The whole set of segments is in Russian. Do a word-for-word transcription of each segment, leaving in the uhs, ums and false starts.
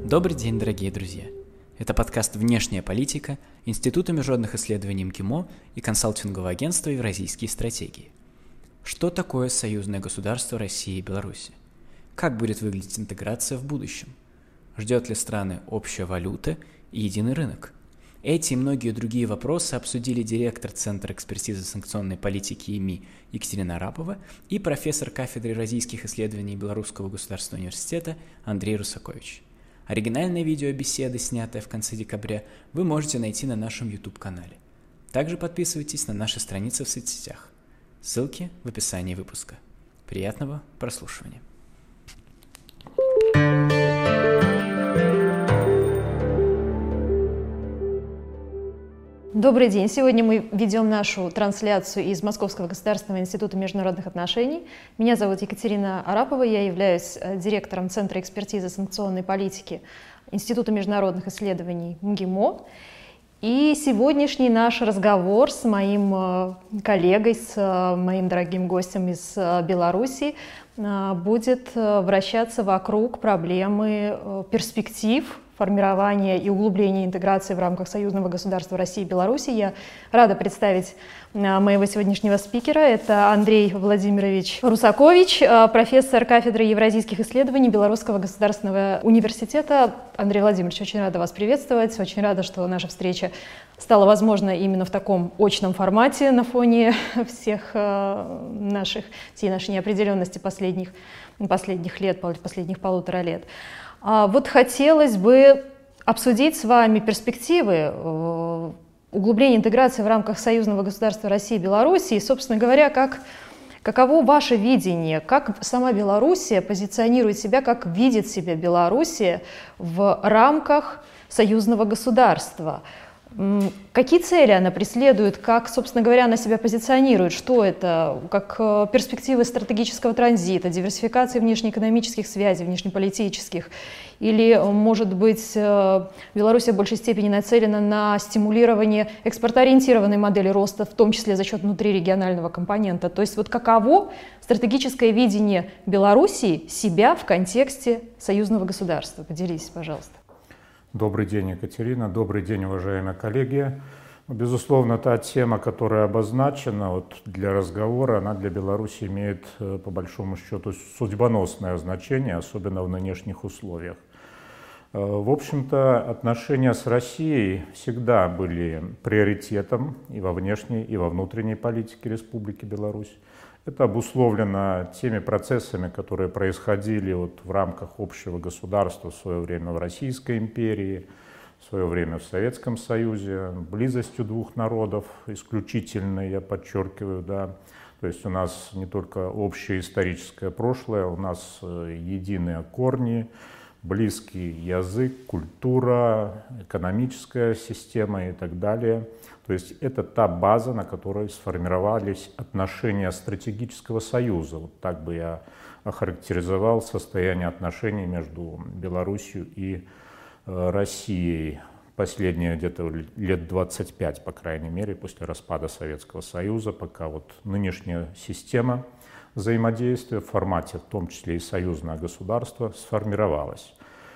Добрый день, дорогие друзья! Это подкаст «Внешняя политика» Института международных исследований МГИМО и консалтингового агентства «Евразийские стратегии». Что такое союзное государство России и Беларуси? Как будет выглядеть интеграция в будущем? Ждет ли страны общая валюта и единый рынок? Эти и многие другие вопросы обсудили директор Центра экспертизы санкционной политики ИМИ Екатерина Арапова и профессор кафедры евразийских исследований Белорусского государственного университета Андрей Русакович. Оригинальное видео беседы, снятое в конце декабря, вы можете найти на нашем YouTube-канале. Также подписывайтесь на наши страницы в соцсетях. Ссылки в описании выпуска. Приятного прослушивания. Добрый день. Сегодня мы ведем нашу трансляцию из Московского государственного института международных отношений. Меня зовут Екатерина Арапова, я являюсь директором Центра экспертизы санкционной политики Института международных исследований МГИМО. И сегодняшний наш разговор с моим коллегой, с моим дорогим гостем из Беларуси будет вращаться вокруг проблемы перспектив формирования и углубления интеграции в рамках союзного государства России и Беларуси. Я рада представить моего сегодняшнего спикера. Это Андрей Владимирович Русакович, профессор кафедры евразийских исследований Белорусского государственного университета. Андрей Владимирович, очень рада вас приветствовать. Очень рада, что наша встреча стала возможна именно в таком очном формате на фоне всех наших, всей нашей неопределенности последних, последних лет, последних полутора лет. Вот хотелось бы обсудить с вами перспективы углубления интеграции в рамках союзного государства России и Беларуси. И, собственно говоря, как, каково ваше видение, как сама Белоруссия позиционирует себя, как видит себя Белоруссия в рамках союзного государства? Какие цели она преследует, как, собственно говоря, она себя позиционирует, что это, как перспективы стратегического транзита, диверсификации внешнеэкономических связей, внешнеполитических, или, может быть, Беларусь в большей степени нацелена на стимулирование экспортоориентированной модели роста, в том числе за счет внутрирегионального компонента. То есть вот каково стратегическое видение Белоруссии себя в контексте союзного государства? Поделитесь, пожалуйста. Добрый день, Екатерина. Добрый день, уважаемые коллеги. Безусловно, та тема, которая обозначена вот для разговора, она для Беларуси имеет, по большому счету, судьбоносное значение, особенно в нынешних условиях. В общем-то, отношения с Россией всегда были приоритетом и во внешней, и во внутренней политике Республики Беларусь. Это обусловлено теми процессами, которые происходили вот в рамках общего государства в свое время в Российской империи, в свое время в Советском Союзе, близостью двух народов, исключительно, я подчеркиваю, да. То есть у нас не только общее историческое прошлое, у нас единые корни, близкий язык, культура, экономическая система и так далее. То есть это та база, на которой сформировались отношения стратегического союза. Вот так бы я охарактеризовал состояние отношений между Беларусью и э, Россией. Последние где-то лет двадцать пять, по крайней мере, после распада Советского Союза, пока вот нынешняя система взаимодействия в формате, в том числе и союзное государство, сформировалась.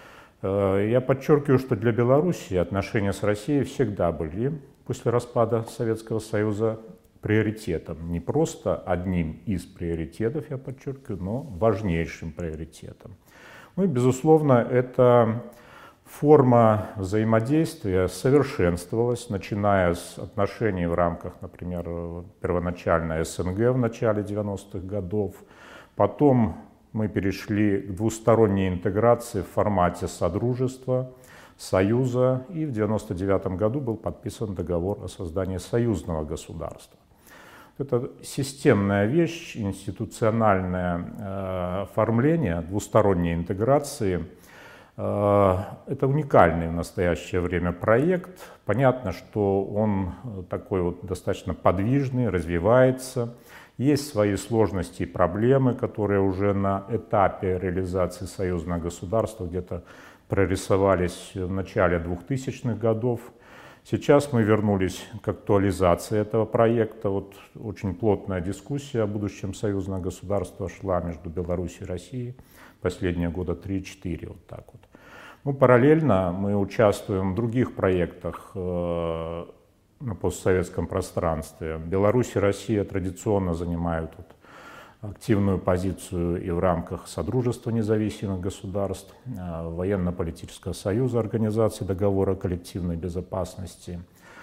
Я подчеркиваю, что для Беларуси отношения с Россией всегда были после распада Советского Союза приоритетом. Не просто одним из приоритетов, я подчеркиваю, но важнейшим приоритетом. Ну и, безусловно, эта форма взаимодействия совершенствовалась, начиная с отношений в рамках, например, первоначально СНГ в начале девяностых годов. Потом мы перешли к двусторонней интеграции в формате содружества, союза, и в девяносто девятом году был подписан договор о создании союзного государства. Это системная вещь, институциональное э, оформление двусторонней интеграции. Э, это уникальный в настоящее время проект. Понятно, что он такой вот достаточно подвижный, развивается. Есть свои сложности и проблемы, которые уже на этапе реализации союзного государства где-то прорисовались в начале двухтысячных годов. Сейчас мы вернулись к актуализации этого проекта. Вот очень плотная дискуссия о будущем союзного государства шла между Беларусью и Россией последние года три-четыре. Вот так вот. Ну, параллельно мы участвуем в других проектах э, на постсоветском пространстве. Беларусь и Россия традиционно занимают вот активную позицию и в рамках Содружества независимых государств, Военно-политического союза Организации договора коллективной безопасности.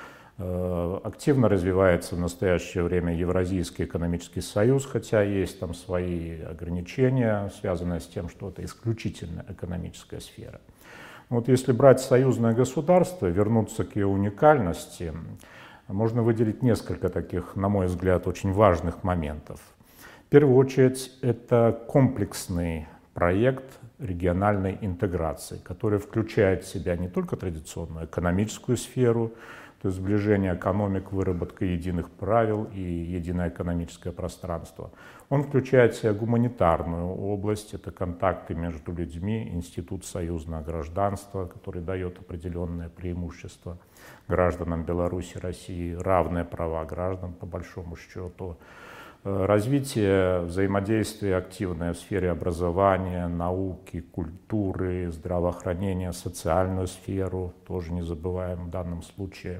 Активно развивается в настоящее время Евразийский экономический союз, хотя есть там свои ограничения, связанные с тем, что это исключительно экономическая сфера. Вот если брать союзное государство, вернуться к ее уникальности, можно выделить несколько таких, на мой взгляд, очень важных моментов. В первую очередь, это комплексный проект региональной интеграции, который включает в себя не только традиционную экономическую сферу, то есть сближение экономик, выработка единых правил и единое экономическое пространство. Он включает в себя гуманитарную область, это контакты между людьми, институт союзного гражданства, который дает определенное преимущество гражданам Беларуси, России, равные права граждан по большому счету. Развитие взаимодействия активное в сфере образования, науки, культуры, здравоохранения, социальную сферу, тоже не забываем в данном случае.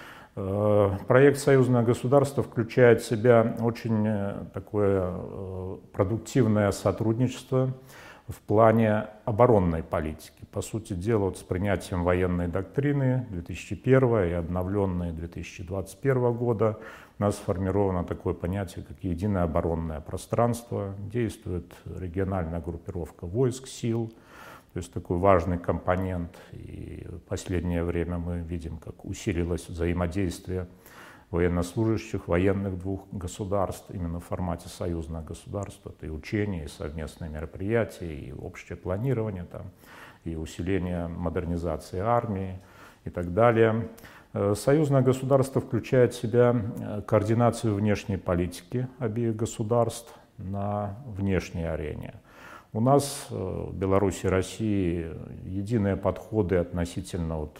Проект «Союзное государство» включает в себя очень такое продуктивное сотрудничество в плане оборонной политики. По сути дела, вот с принятием военной доктрины две тысячи первого и обновленной две тысячи двадцать первого года у нас сформировано такое понятие, как единое оборонное пространство. Действует региональная группировка войск, сил, то есть такой важный компонент. И в последнее время мы видим, как усилилось взаимодействие военнослужащих, военных двух государств, именно в формате союзного государства. Это и учения, и совместные мероприятия, и общее планирование, там, и усиление модернизации армии и так далее. Союзное государство включает в себя координацию внешней политики обеих государств на внешней арене. У нас в Беларуси и России единые подходы относительно вот,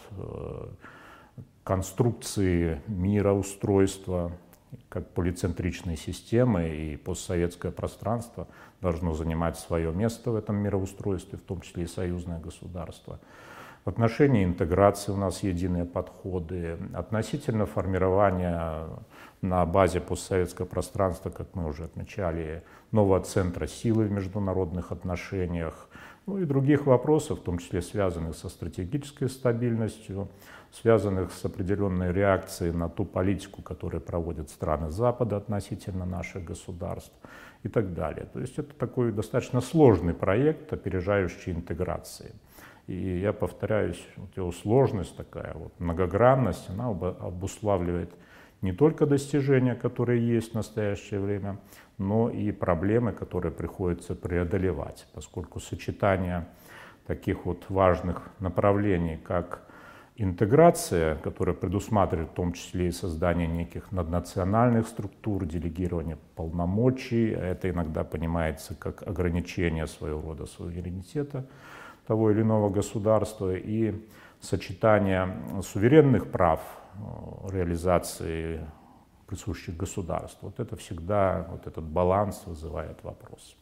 конструкции мироустройства, как полицентричной системы, и постсоветское пространство должно занимать свое место в этом мироустройстве, в том числе и союзное государство. В отношении интеграции у нас единые подходы. Относительно формирования на базе постсоветского пространства, как мы уже отмечали, нового центра силы в международных отношениях, ну и других вопросов, в том числе связанных со стратегической стабильностью, связанных с определенной реакцией на ту политику, которую проводят страны Запада относительно наших государств и так далее. То есть это такой достаточно сложный проект опережающей интеграции. И я повторяюсь, вот его сложность такая, вот, многогранность, она обуславливает не только достижения, которые есть в настоящее время, но и проблемы, которые приходится преодолевать, поскольку сочетание таких вот важных направлений, как интеграция, которая предусматривает в том числе и создание неких наднациональных структур, делегирование полномочий, это иногда понимается как ограничение своего рода суверенитета того или иного государства, и сочетание суверенных прав реализации присущих государств. Вот это всегда, вот этот баланс вызывает вопрос.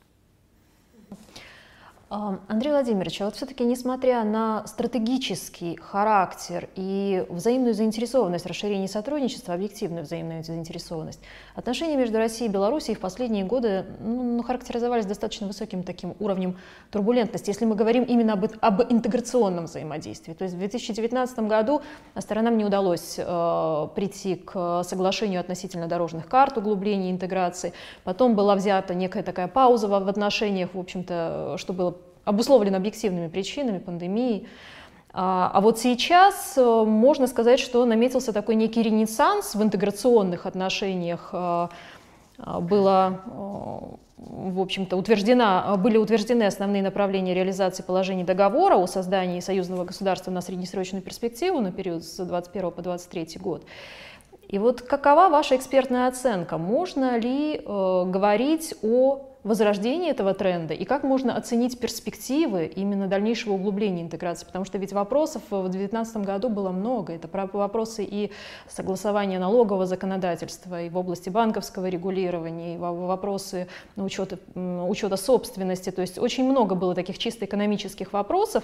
Андрей Владимирович, а вот все-таки, несмотря на стратегический характер и взаимную заинтересованность расширения сотрудничества, объективную взаимную заинтересованность, отношения между Россией и Белоруссией в последние годы ну, характеризовались достаточно высоким таким уровнем турбулентности, если мы говорим именно об, об интеграционном взаимодействии. То есть в две тысячи девятнадцатом году сторонам не удалось э, прийти к соглашению относительно дорожных карт, углубления интеграции. Потом была взята некая такая пауза в отношениях, в общем-то, что было обусловлен объективными причинами, пандемией. А, а вот сейчас можно сказать, что наметился такой некий ренессанс в интеграционных отношениях. Было, в общем-то, утверждена, были утверждены основные направления реализации положений договора о создании союзного государства на среднесрочную перспективу на период с двадцать первого по двадцать третий год. И вот какова ваша экспертная оценка? Можно ли э, говорить о возрождение этого тренда и как можно оценить перспективы именно дальнейшего углубления интеграции? Потому что ведь вопросов в две тысячи девятнадцатом году было много. Это вопросы и согласования налогового законодательства, и в области банковского регулирования, и вопросы учета, учета собственности. То есть очень много было таких чисто экономических вопросов,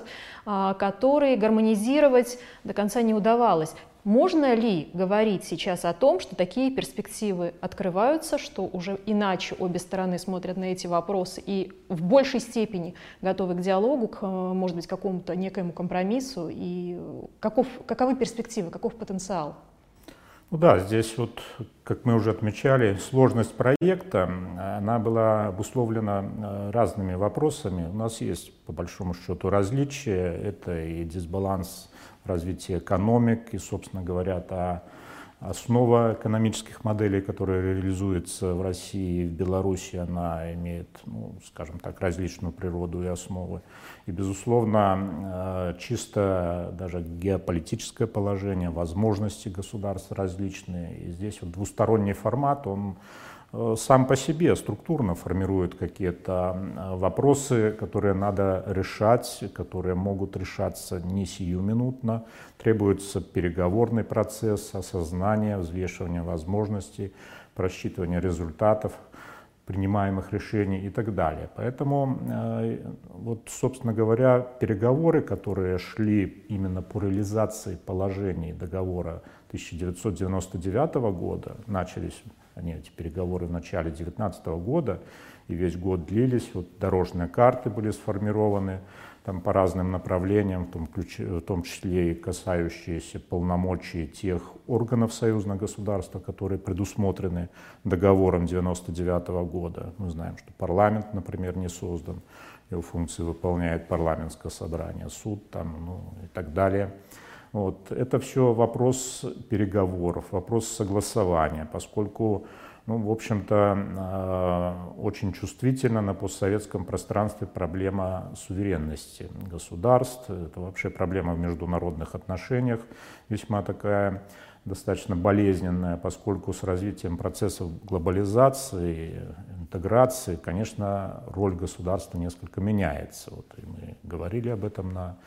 которые гармонизировать до конца не удавалось. Можно ли говорить сейчас о том, что такие перспективы открываются, что уже иначе обе стороны смотрят на эти вопросы и в большей степени готовы к диалогу, к, может быть, какому-то некоему компромиссу? И каков, каковы перспективы, каков потенциал? Ну да, здесь вот, как мы уже отмечали, сложность проекта, она была обусловлена разными вопросами. У нас есть, по большому счету, различия. Это и дисбаланс развития экономик, и, собственно говоря, та основа экономических моделей, которая реализуется в России и в Беларуси, она имеет, ну, скажем так, различную природу и основы. И, безусловно, чисто даже геополитическое положение, возможности государств различные. И здесь вот двусторонний формат, он сам по себе структурно формирует какие-то вопросы, которые надо решать, которые могут решаться не сиюминутно. Требуется переговорный процесс, осознание, взвешивание возможностей, просчитывание результатов принимаемых решений и так далее. Поэтому, вот, собственно говоря, переговоры, которые шли именно по реализации положений договора тысяча девятьсот девяносто девятого года, начались они, эти переговоры, в начале две тысячи девятнадцатого года, и весь год длились. Вот дорожные карты были сформированы там по разным направлениям, в том, ключе, в том числе и касающиеся полномочий тех органов союзного государства, которые предусмотрены договором девяносто девятого года. Мы знаем, что парламент, например, не создан, его функции выполняет парламентское собрание, суд там, ну, и так далее. Вот. Это все вопрос переговоров, вопрос согласования, поскольку, ну, в общем-то, очень чувствительна на постсоветском пространстве проблема суверенности государств. Это вообще проблема в международных отношениях, весьма такая достаточно болезненная, поскольку с развитием процессов глобализации, интеграции, конечно, роль государства несколько меняется. Вот, и мы говорили об этом на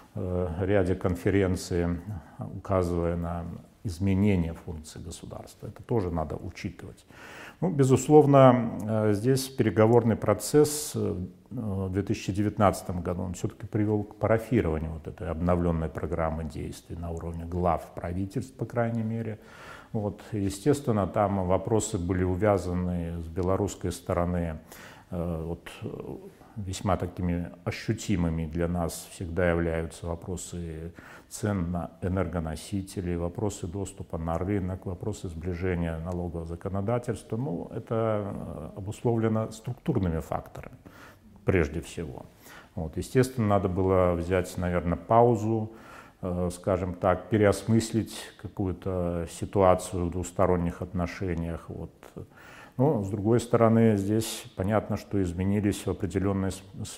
ряде конференций, указывая на изменение функций государства. Это тоже надо учитывать. Ну, безусловно, здесь переговорный процесс в две тысячи девятнадцатом году он все-таки привел к парафированию вот этой обновленной программы действий на уровне глав правительств, по крайней мере. Вот, естественно, там вопросы были увязаны с белорусской стороны вот, весьма такими ощутимыми для нас всегда являются вопросы цен на энергоносители, вопросы доступа на рынок, вопросы сближения налогового законодательства. Ну, это обусловлено структурными факторами, прежде всего. Вот, естественно, надо было взять, наверное, паузу, э, скажем так, переосмыслить какую-то ситуацию в двусторонних отношениях. Вот. Но, с другой стороны, здесь понятно, что изменились в, определенной,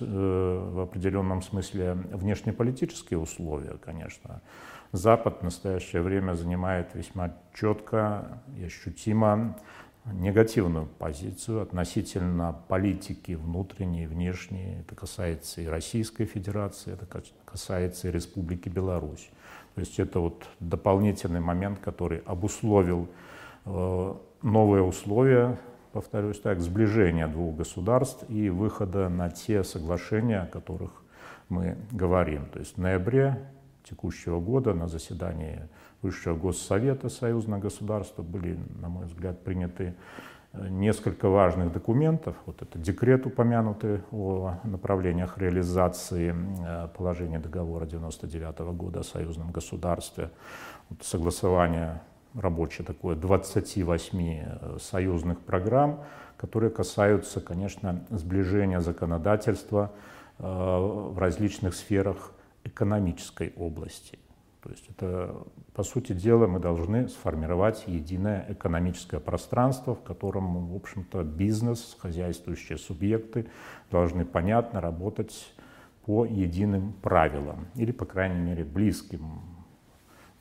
в определенном смысле внешнеполитические условия, конечно. Запад в настоящее время занимает весьма четко и ощутимо негативную позицию относительно политики внутренней и внешней. Это касается и Российской Федерации, это касается и Республики Беларусь. То есть это вот дополнительный момент, который обусловил э, новые условия, повторюсь так, сближения двух государств и выхода на те соглашения, о которых мы говорим. То есть в ноябре текущего года на заседании Высшего Госсовета союзного государства были, на мой взгляд, приняты несколько важных документов. Вот это декрет, упомянутый о направлениях реализации положения договора девяносто девятого года о союзном государстве, вот согласование рабочее такое двадцати восьми союзных программ, которые касаются, конечно, сближения законодательства э, в различных сферах экономической области. То есть это, по сути дела, мы должны сформировать единое экономическое пространство, в котором, в общем-то, бизнес, хозяйствующие субъекты должны понятно работать по единым правилам или, по крайней мере, близким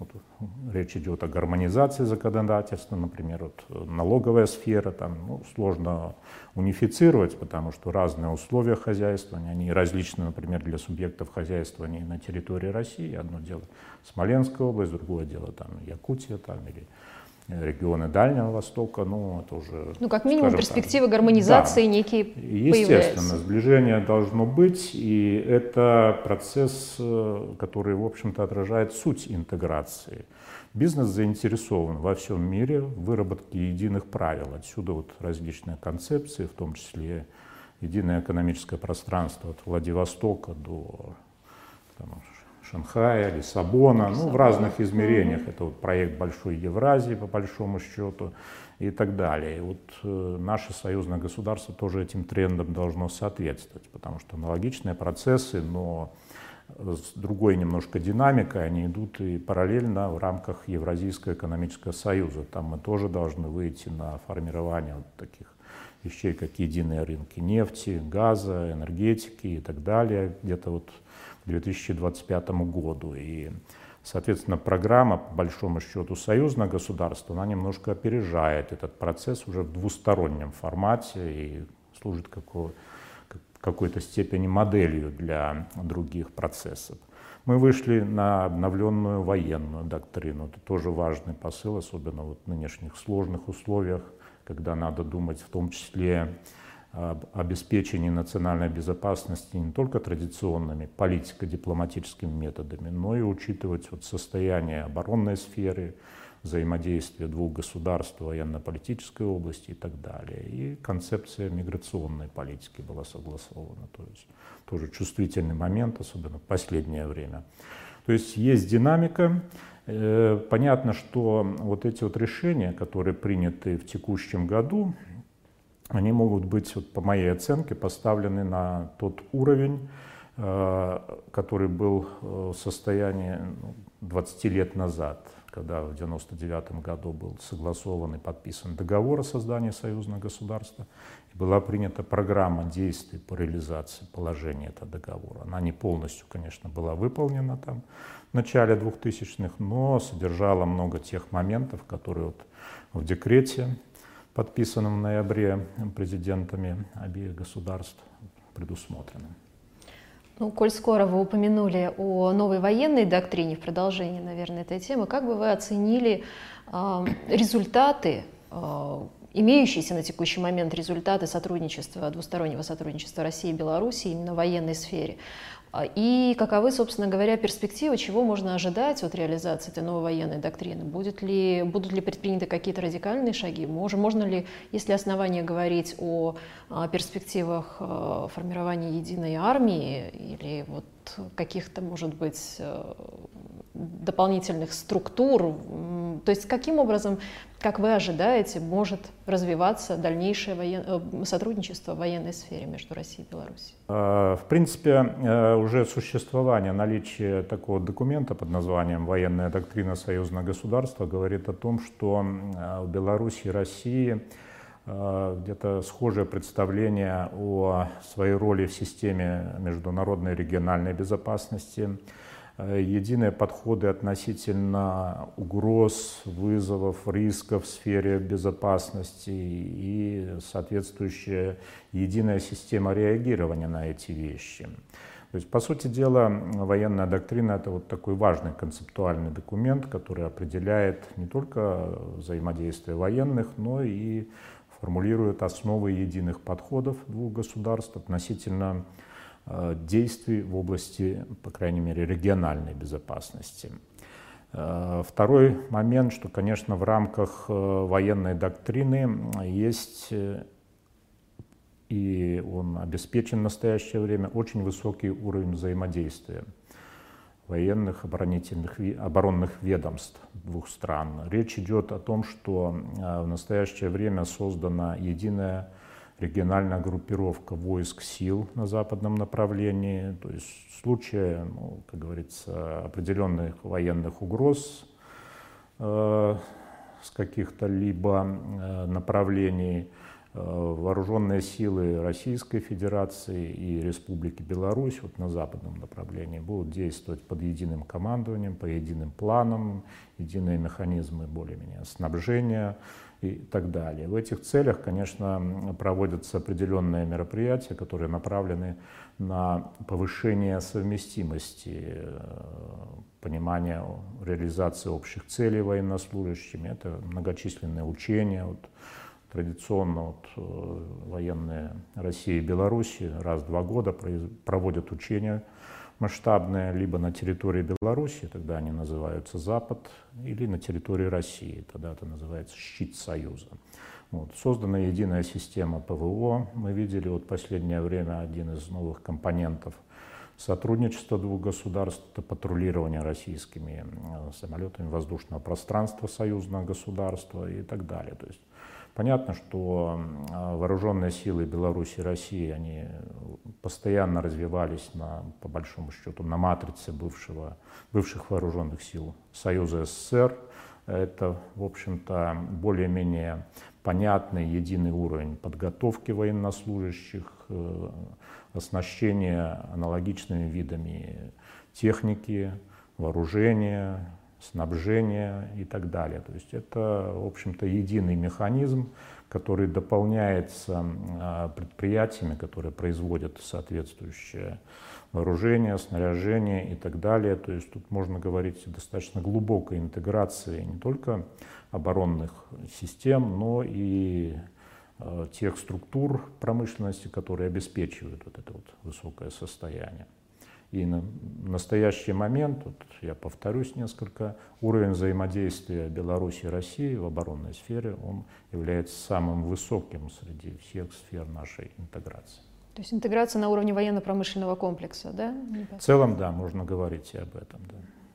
Вот речь идет о гармонизации законодательства, например, вот налоговая сфера, там ну, сложно унифицировать, потому что разные условия хозяйствования, они различны, например, для субъектов хозяйствования на территории России. Одно дело Смоленская область, другое дело там Якутия там, или регионы Дальнего Востока, ну это уже... Ну как минимум перспективы так, гармонизации да, некие естественно, появляются. Сближение должно быть, и это процесс, который, в общем-то, отражает суть интеграции. Бизнес заинтересован во всем мире в выработке единых правил. Отсюда вот различные концепции, в том числе единое экономическое пространство от Владивостока до там, Шанхая, Лиссабона, ну, в разных измерениях. Mm-hmm. Это вот проект Большой Евразии, по большому счету, и так далее. И вот э, наше союзное государство тоже этим трендам должно соответствовать, потому что аналогичные процессы, но с другой немножко динамикой, они идут и параллельно в рамках Евразийского экономического союза. Там мы тоже должны выйти на формирование вот таких вещей, как единые рынки нефти, газа, энергетики и так далее, где-то вот к две тысячи двадцать пятому году. И, соответственно, программа, по большому счету, союзного государства, она немножко опережает этот процесс уже в двустороннем формате и служит какого, какой-то степени моделью для других процессов. Мы вышли на обновленную военную доктрину. Это тоже важный посыл, особенно вот в нынешних сложных условиях, когда надо думать в том числе об обеспечении национальной безопасности не только традиционными политико-дипломатическими методами, но и учитывать вот состояние оборонной сферы, взаимодействие двух государств в военно-политической области и так далее. И концепция миграционной политики была согласована. То есть тоже чувствительный момент, особенно в последнее время. То есть есть динамика. Понятно, что вот эти вот решения, которые приняты в текущем году, они могут быть, вот, по моей оценке, поставлены на тот уровень, который был в состоянии двадцати лет назад, когда в девяносто девятом году был согласован и подписан договор о создании союзного государства, и была принята программа действий по реализации положений этого договора. Она не полностью, конечно, была выполнена там в начале двухтысячных, но содержала много тех моментов, которые вот в декрете, подписанном в ноябре президентами обеих государств, предусмотрены. Ну, коль скоро вы упомянули о новой военной доктрине, в продолжении, наверное, этой темы, как бы вы оценили э, результаты, э, имеющиеся на текущий момент результаты сотрудничества, двустороннего сотрудничества России и Беларуси именно в военной сфере? И каковы, собственно говоря, перспективы, чего можно ожидать от реализации этой новой военной доктрины? Будет ли, будут ли предприняты какие-то радикальные шаги? Можно, можно ли, есть ли основания говорить о, о перспективах формирования единой армии или вот каких-то, может быть, дополнительных структур? То есть каким образом, как вы ожидаете, может развиваться дальнейшее воен... сотрудничество в военной сфере между Россией и Беларусью? В принципе, уже существование, наличие такого документа под названием «Военная доктрина союзного государства» говорит о том, что в Беларуси и России где-то схожее представление о своей роли в системе международной и региональной безопасности, единые подходы относительно угроз, вызовов, рисков в сфере безопасности и соответствующая единая система реагирования на эти вещи. То есть, по сути дела, военная доктрина — это вот такой важный концептуальный документ, который определяет не только взаимодействие военных, но и формулирует основы единых подходов двух государств относительно действий в области, по крайней мере, региональной безопасности. Второй момент, что, конечно, в рамках военной доктрины есть, и он обеспечен в настоящее время, очень высокий уровень взаимодействия военных оборонительных, оборонных ведомств двух стран. Речь идет о том, что в настоящее время создана единая региональная группировка войск сил на западном направлении, то есть в случае, ну, как говорится, определенных военных угроз э, с каких-то либо э, направлений Вооруженные силы Российской Федерации и Республики Беларусь вот на западном направлении будут действовать под единым командованием, по единым планам, единые механизмы более-менее снабжения и так далее. В этих целях, конечно, проводятся определенные мероприятия, которые направлены на повышение совместимости, понимания реализации общих целей военнослужащими. Это многочисленные учения. Вот, традиционно вот, военные России и Беларуси раз в два года проводят учения масштабные либо на территории Беларуси, тогда они называются «Запад», или на территории России, тогда это называется «Щит Союза». Вот. Создана единая система ПВО. Мы видели вот последнее время один из новых компонентов сотрудничества двух государств, это патрулирование российскими самолетами воздушного пространства союзного государства и так далее. То есть понятно, что вооруженные силы Беларуси и России, они постоянно развивались, на, по большому счету, на матрице бывшего, бывших вооруженных сил Союза СССР. Это, в общем-то, более-менее понятный единый уровень подготовки военнослужащих, оснащения аналогичными видами техники, вооружения, снабжения и так далее. То есть это, в общем-то, единый механизм, который дополняется предприятиями, которые производят соответствующее вооружение, снаряжение и так далее. То есть тут можно говорить о достаточно глубокой интеграции не только оборонных систем, но и тех структур промышленности, которые обеспечивают вот это вот высокое состояние. И на настоящий момент, вот я повторюсь несколько, уровень взаимодействия Беларуси и России в оборонной сфере, он является самым высоким среди всех сфер нашей интеграции. То есть интеграция на уровне военно-промышленного комплекса, да? В целом, да, можно говорить и об этом, да.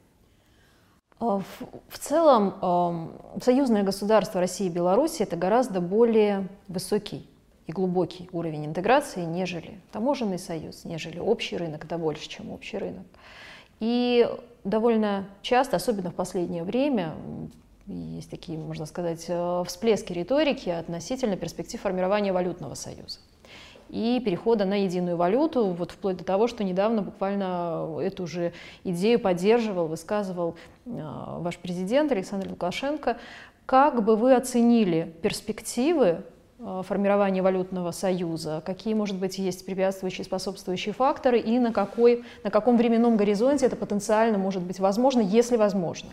В, в целом, союзное государство России и Беларуси – это гораздо более высокий и глубокий уровень интеграции, нежели таможенный союз, нежели общий рынок, это больше, чем общий рынок. И довольно часто, особенно в последнее время, есть такие, можно сказать, всплески риторики относительно перспектив формирования валютного союза и перехода на единую валюту, вот вплоть до того, что недавно буквально эту же идею поддерживал, высказывал ваш президент Александр Лукашенко. Как бы вы оценили перспективы формирования валютного союза? Какие, может быть, есть препятствующие, способствующие факторы и на, какой, на каком временном горизонте это потенциально может быть возможно, если возможно?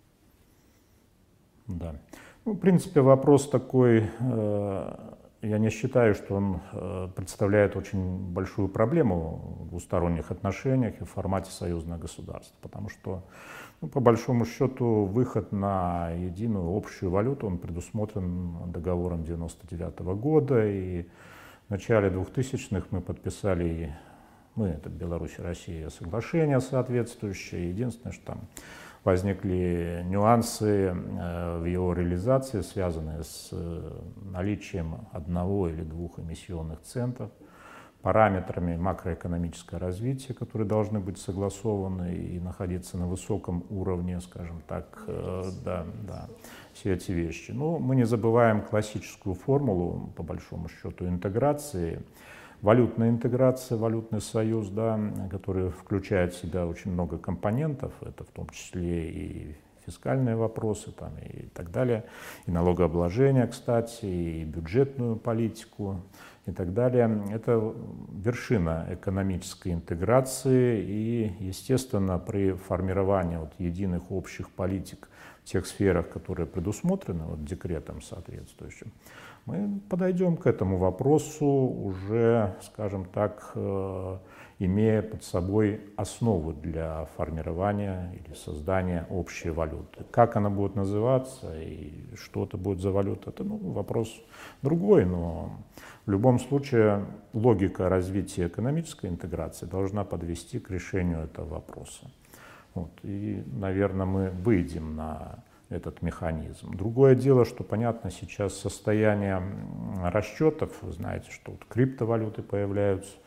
Да. Ну, в принципе, вопрос такой, э, я не считаю, что он э, представляет очень большую проблему в двусторонних отношениях и в формате союзного государства, потому что, ну, по большому счету, выход на единую общую валюту, он предусмотрен договором девяносто девятого года, и в начале двухтысячных мы подписали, мы, это Беларусь и Россия, соглашение соответствующее. Единственное, что там возникли нюансы в его реализации, связанные с наличием одного или двух эмиссионных центров, параметрами макроэкономического развития, которые должны быть согласованы и находиться на высоком уровне, скажем так, да, да, все эти вещи. Но мы не забываем классическую формулу, по большому счету, интеграции, валютная интеграция, валютный союз, да, который включает в себя очень много компонентов, это в том числе и фискальные вопросы там, и так далее, и налогообложение, кстати, и бюджетную политику и так далее. Это вершина экономической интеграции, и, естественно, при формировании вот единых общих политик в тех сферах, которые предусмотрены вот декретом соответствующим, мы подойдем к этому вопросу уже, скажем так, имея под собой основу для формирования или создания общей валюты. Как она будет называться и что это будет за валюта, это, ну, вопрос другой, но в любом случае логика развития экономической интеграции должна подвести к решению этого вопроса. Вот. И, наверное, мы выйдем на этот механизм. Другое дело, что, понятно, сейчас состояние расчетов, вы знаете, что вот криптовалюты появляются, все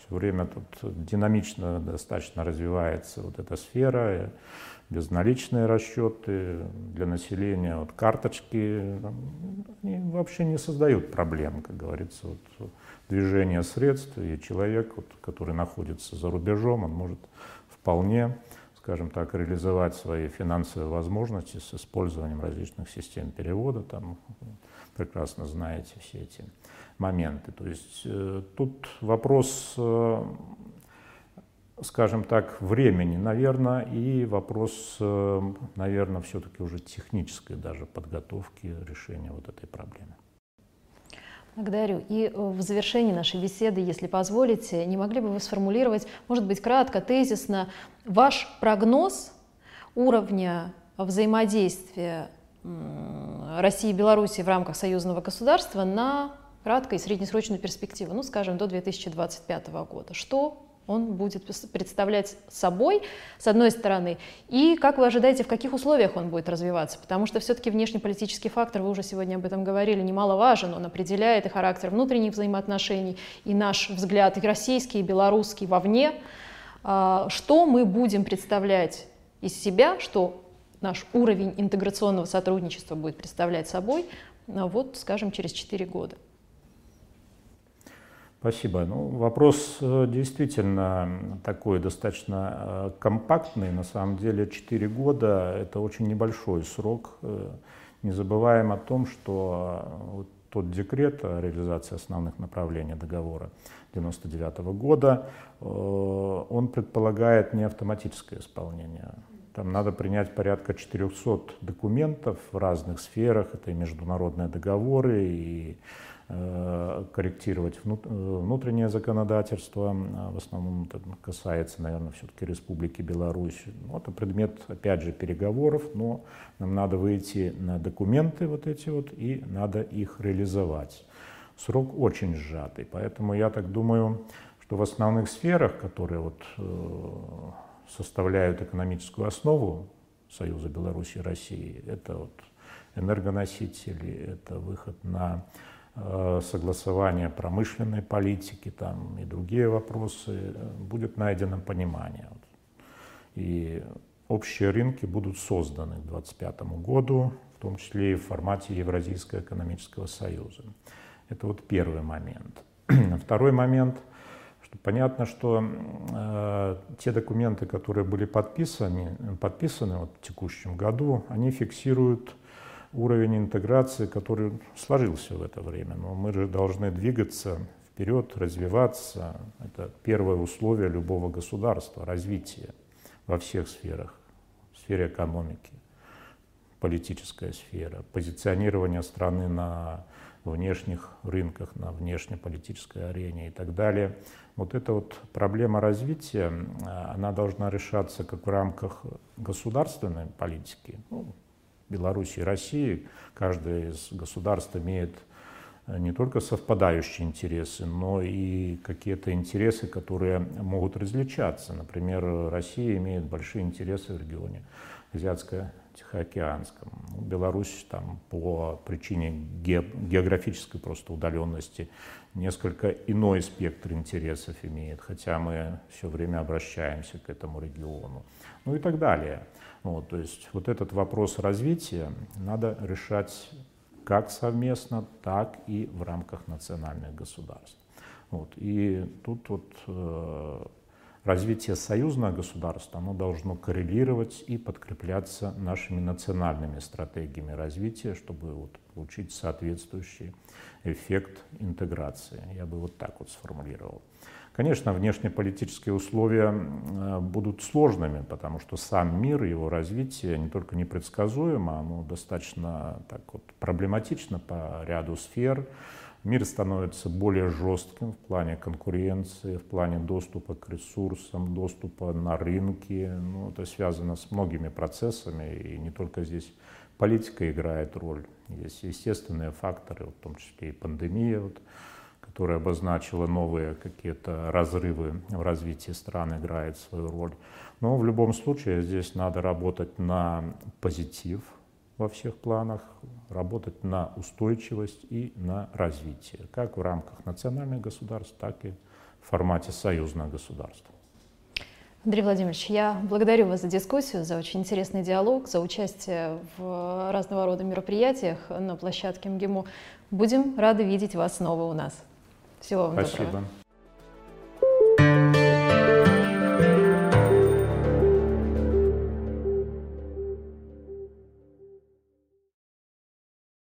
все время тут динамично достаточно развивается вот эта сфера, безналичные расчеты для населения, вот карточки, они вообще не создают проблем, как говорится, вот, движение средств, и человек, вот, который находится за рубежом, он может вполне, скажем так, реализовать свои финансовые возможности с использованием различных систем перевода, там прекрасно знаете все эти моменты. То есть э, тут вопрос, э, скажем так, времени, наверное, и вопрос, э, наверное, все-таки уже технической даже подготовки решения вот этой проблемы. Благодарю. И в завершении нашей беседы, если позволите, не могли бы вы сформулировать, может быть, кратко, тезисно, ваш прогноз уровня взаимодействия России и Беларуси в рамках союзного государства на краткую и среднесрочную перспективу, ну, скажем, до две тысячи двадцать пятого года? Что он будет представлять собой, с одной стороны, и как вы ожидаете, в каких условиях он будет развиваться? Потому что все-таки внешнеполитический фактор, вы уже сегодня об этом говорили, немаловажен, он определяет и характер внутренних взаимоотношений, и наш взгляд и российский, и белорусский вовне. Что мы будем представлять из себя, что наш уровень интеграционного сотрудничества будет представлять собой, вот, скажем, через четыре года? Спасибо. Ну, вопрос действительно такой достаточно компактный. На самом деле четыре года – это очень небольшой срок. Не забываем о том, что вот тот декрет о реализации основных направлений договора девяносто девятого года, он предполагает не автоматическое исполнение. Там надо принять порядка четырехсот документов в разных сферах. Это и международные договоры, и корректировать внутреннее законодательство, в основном это касается, наверное, все-таки Республики Беларусь. Ну, это предмет, опять же, переговоров, но нам надо выйти на документы вот эти вот, и надо их реализовать. Срок очень сжатый, поэтому я так думаю, что в основных сферах, которые вот составляют экономическую основу Союза Беларуси и России, это вот энергоносители, это выход на согласование промышленной политики там, и другие вопросы, будет найдено понимание. И общие рынки будут созданы к две тысячи двадцать пятому году, в том числе и в формате Евразийского экономического союза. Это вот первый момент. Второй момент, что понятно, что э, те документы, которые были подписаны, подписаны вот в текущем году, они фиксируют уровень интеграции, который сложился в это время. Но мы же должны двигаться вперед, развиваться. Это первое условие любого государства, развития во всех сферах. В сфере экономики, политическая сфера, позиционирование страны на внешних рынках, на внешнеполитической арене и так далее. Вот эта вот проблема развития, она должна решаться как в рамках государственной политики, ну, Беларуси и России. Каждое из государств имеет не только совпадающие интересы, но и какие-то интересы, которые могут различаться. Например, Россия имеет большие интересы в регионе Азиатско-Тихоокеанском. Беларусь там, по причине ге географической просто удаленности несколько иной спектр интересов имеет, хотя мы все время обращаемся к этому региону. Ну и так далее. Вот, то есть вот этот вопрос развития надо решать как совместно, так и в рамках национальных государств. Вот, и тут вот э, развитие союзного государства, оно должно коррелировать и подкрепляться нашими национальными стратегиями развития, чтобы вот получить соответствующий эффект интеграции. Я бы вот так вот сформулировал. Конечно, внешнеполитические условия будут сложными, потому что сам мир, его развитие не только непредсказуемо, оно достаточно так вот проблематично по ряду сфер. Мир становится более жестким в плане конкуренции, в плане доступа к ресурсам, доступа на рынки. Ну, это связано с многими процессами, и не только здесь политика играет роль. Есть естественные факторы, в том числе и пандемия, вот, которая обозначила новые какие-то разрывы в развитии стран, играет свою роль. Но в любом случае здесь надо работать на позитив во всех планах, работать на устойчивость и на развитие, как в рамках национальных государств, так и в формате союзного государства. Андрей Владимирович, я благодарю вас за дискуссию, за очень интересный диалог, за участие в разного рода мероприятиях на площадке МГИМО. Будем рады видеть вас снова у нас. Всего вам Спасибо. доброго.